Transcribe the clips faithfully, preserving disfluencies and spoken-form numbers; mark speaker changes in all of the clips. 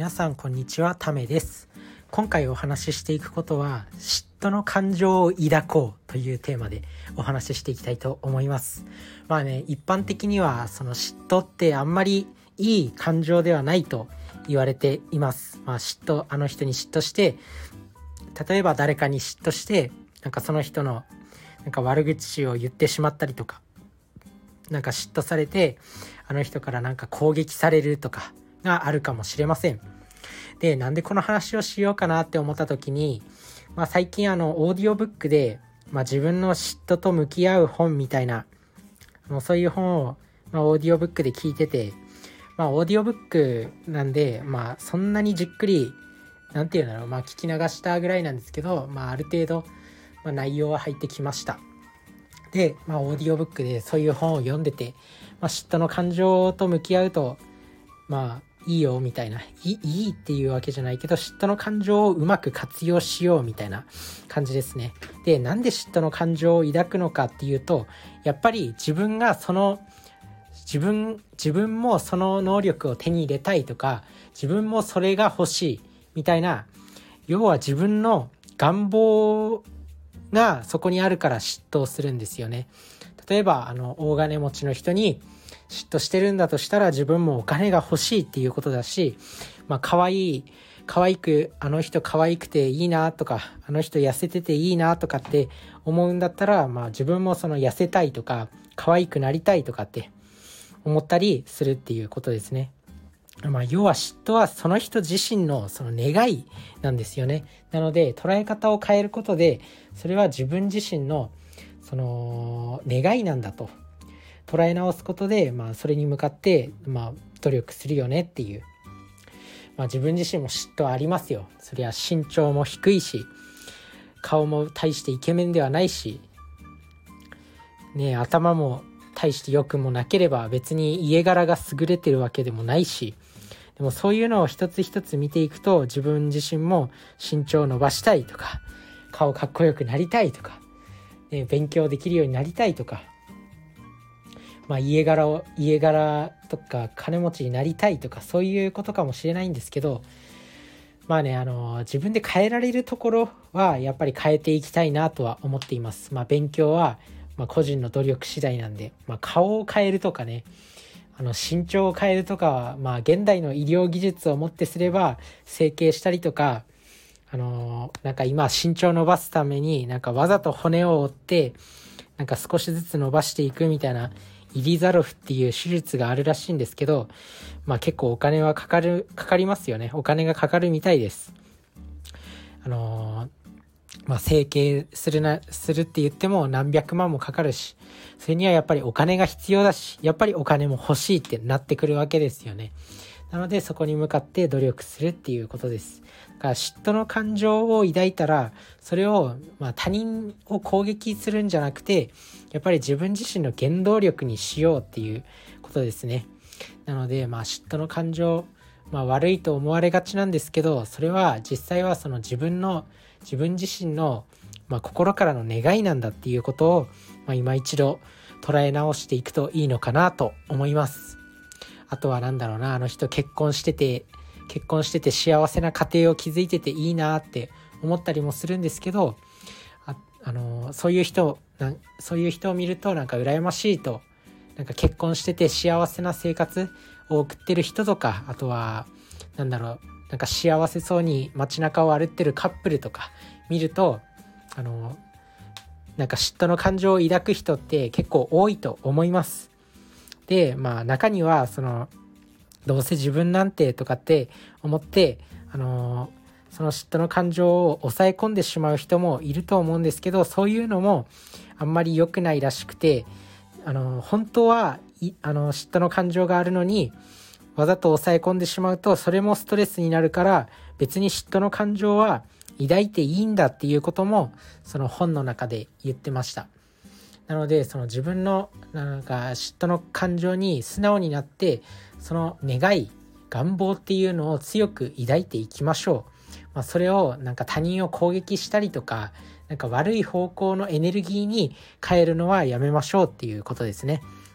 Speaker 1: 皆さんこんにちは、ためです。今回お話ししていくことは嫉妬の感情を抱こうというテーマでお話ししていきたいと思います。まあね、一般的にはその嫉妬ってあんまりいい感情ではないと言われています。まあ嫉妬、あの人に嫉妬して、例えば誰かに嫉妬してなんかその人のなんか悪口を言ってしまったりとか、なんか嫉妬されてあの人からなんか攻撃されるとかがあるかもしれません。で、なんでこの話をしようかなって思った時に、まあ、最近あのオーディオブックで、まあ、自分の嫉妬と向き合う本みたいなあのそういう本を、まあ、オーディオブックで聞いてて、まあ、オーディオブックなんで、まあ、そんなにじっくりなんていうんだろう、まあ、聞き流したぐらいなんですけど、まあ、ある程度、まあ、内容は入ってきました。で、まあ、オーディオブックでそういう本を読んでて、まあ、嫉妬の感情と向き合うとまあいいよみたいな、いい、いいっていうわけじゃないけど、嫉妬の感情をうまく活用しようみたいな感じですね。で、なんで嫉妬の感情を抱くのかっていうと、やっぱり自分がその自分自分もその能力を手に入れたいとか、自分もそれが欲しいみたいな、要は自分の願望がそこにあるから嫉妬するんですよね。例えばあの大金持ちの人に嫉妬してるんだとしたら、自分もお金が欲しいっていうことだし、まあ可愛い可愛くあの人可愛くていいなとか、あの人痩せてていいなとかって思うんだったら、まあ自分もその痩せたいとか可愛くなりたいとかって思ったりするっていうことですね。まあ要は嫉妬はその人自身のその願いなんですよね。なので捉え方を変えることで、それは自分自身のその願いなんだと捉え直すことで、まあ、それに向かって、まあ、努力するよねっていう、まあ、自分自身も嫉妬ありますよ。そりゃ身長も低いし、顔も大してイケメンではないし、ね、頭も大して良くもなければ、別に家柄が優れてるわけでもないし、でもそういうのを一つ一つ見ていくと、自分自身も身長を伸ばしたいとか、顔かっこよくなりたいとか、ね、勉強できるようになりたいとか、まあ、家柄を家柄とか金持ちになりたいとか、そういうことかもしれないんですけど、まあね、あの自分で変えられるところはやっぱり変えていきたいなとは思っています。まあ、勉強はまあ個人の努力次第なんで、まあ、顔を変えるとかね、あの身長を変えるとかは、まあ、現代の医療技術をもってすれば整形したりとか、あのなんか今身長を伸ばすためになんかわざと骨を折ってなんか少しずつ伸ばしていくみたいなイリザロフっていう手術があるらしいんですけど、まあ結構お金はかかる、かかりますよね。お金がかかるみたいです。あのー、まあ整形するな、するって言っても何百万もかかるし、それにはやっぱりお金が必要だし、やっぱりお金も欲しいってなってくるわけですよね。なのでそこに向かって努力するっていうことです。だから嫉妬の感情を抱いたら、それをまあ他人を攻撃するんじゃなくて、やっぱり自分自身の原動力にしようっていうことですね。なのでまあ嫉妬の感情、まあ悪いと思われがちなんですけど、それは実際はその自分の自分自身のまあ心からの願いなんだっていうことを、まあ、今一度捉え直していくといいのかなと思います。あとはなんだろうな、あの人結婚してて結婚してて幸せな家庭を築いてていいなって思ったりもするんですけど、あ、あのそういう人なそういう人を見るとなんか羨ましいと、なんか結婚してて幸せな生活を送ってる人とか、あとはなんだろう、なんか幸せそうに街中を歩ってるカップルとか見ると、あのなんか嫉妬の感情を抱く人って結構多いと思います。で、まあ中にはそのどうせ自分なんてとかって思って、あのー、その嫉妬の感情を抑え込んでしまう人もいると思うんですけど、そういうのもあんまり良くないらしくて、あのー、本当はいあの嫉妬の感情があるのにわざと抑え込んでしまうと、それもストレスになるから、別に嫉妬の感情は抱いていいんだっていうこともその本の中で言ってました。なのでその自分のなんか嫉妬の感情に素直になって、その願い願望っていうのを強く抱いていきましょう。まあ、それをなんか他人を攻撃したりとか、なんか悪い方向のエネルギーに変えるのはやめましょうっていうことですね。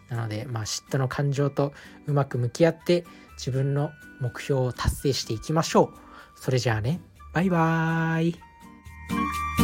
Speaker 1: なので、まあ、嫉妬の感情とうまく向き合って自分の目標を達成していきましょう。それじゃあね、バイバーイ。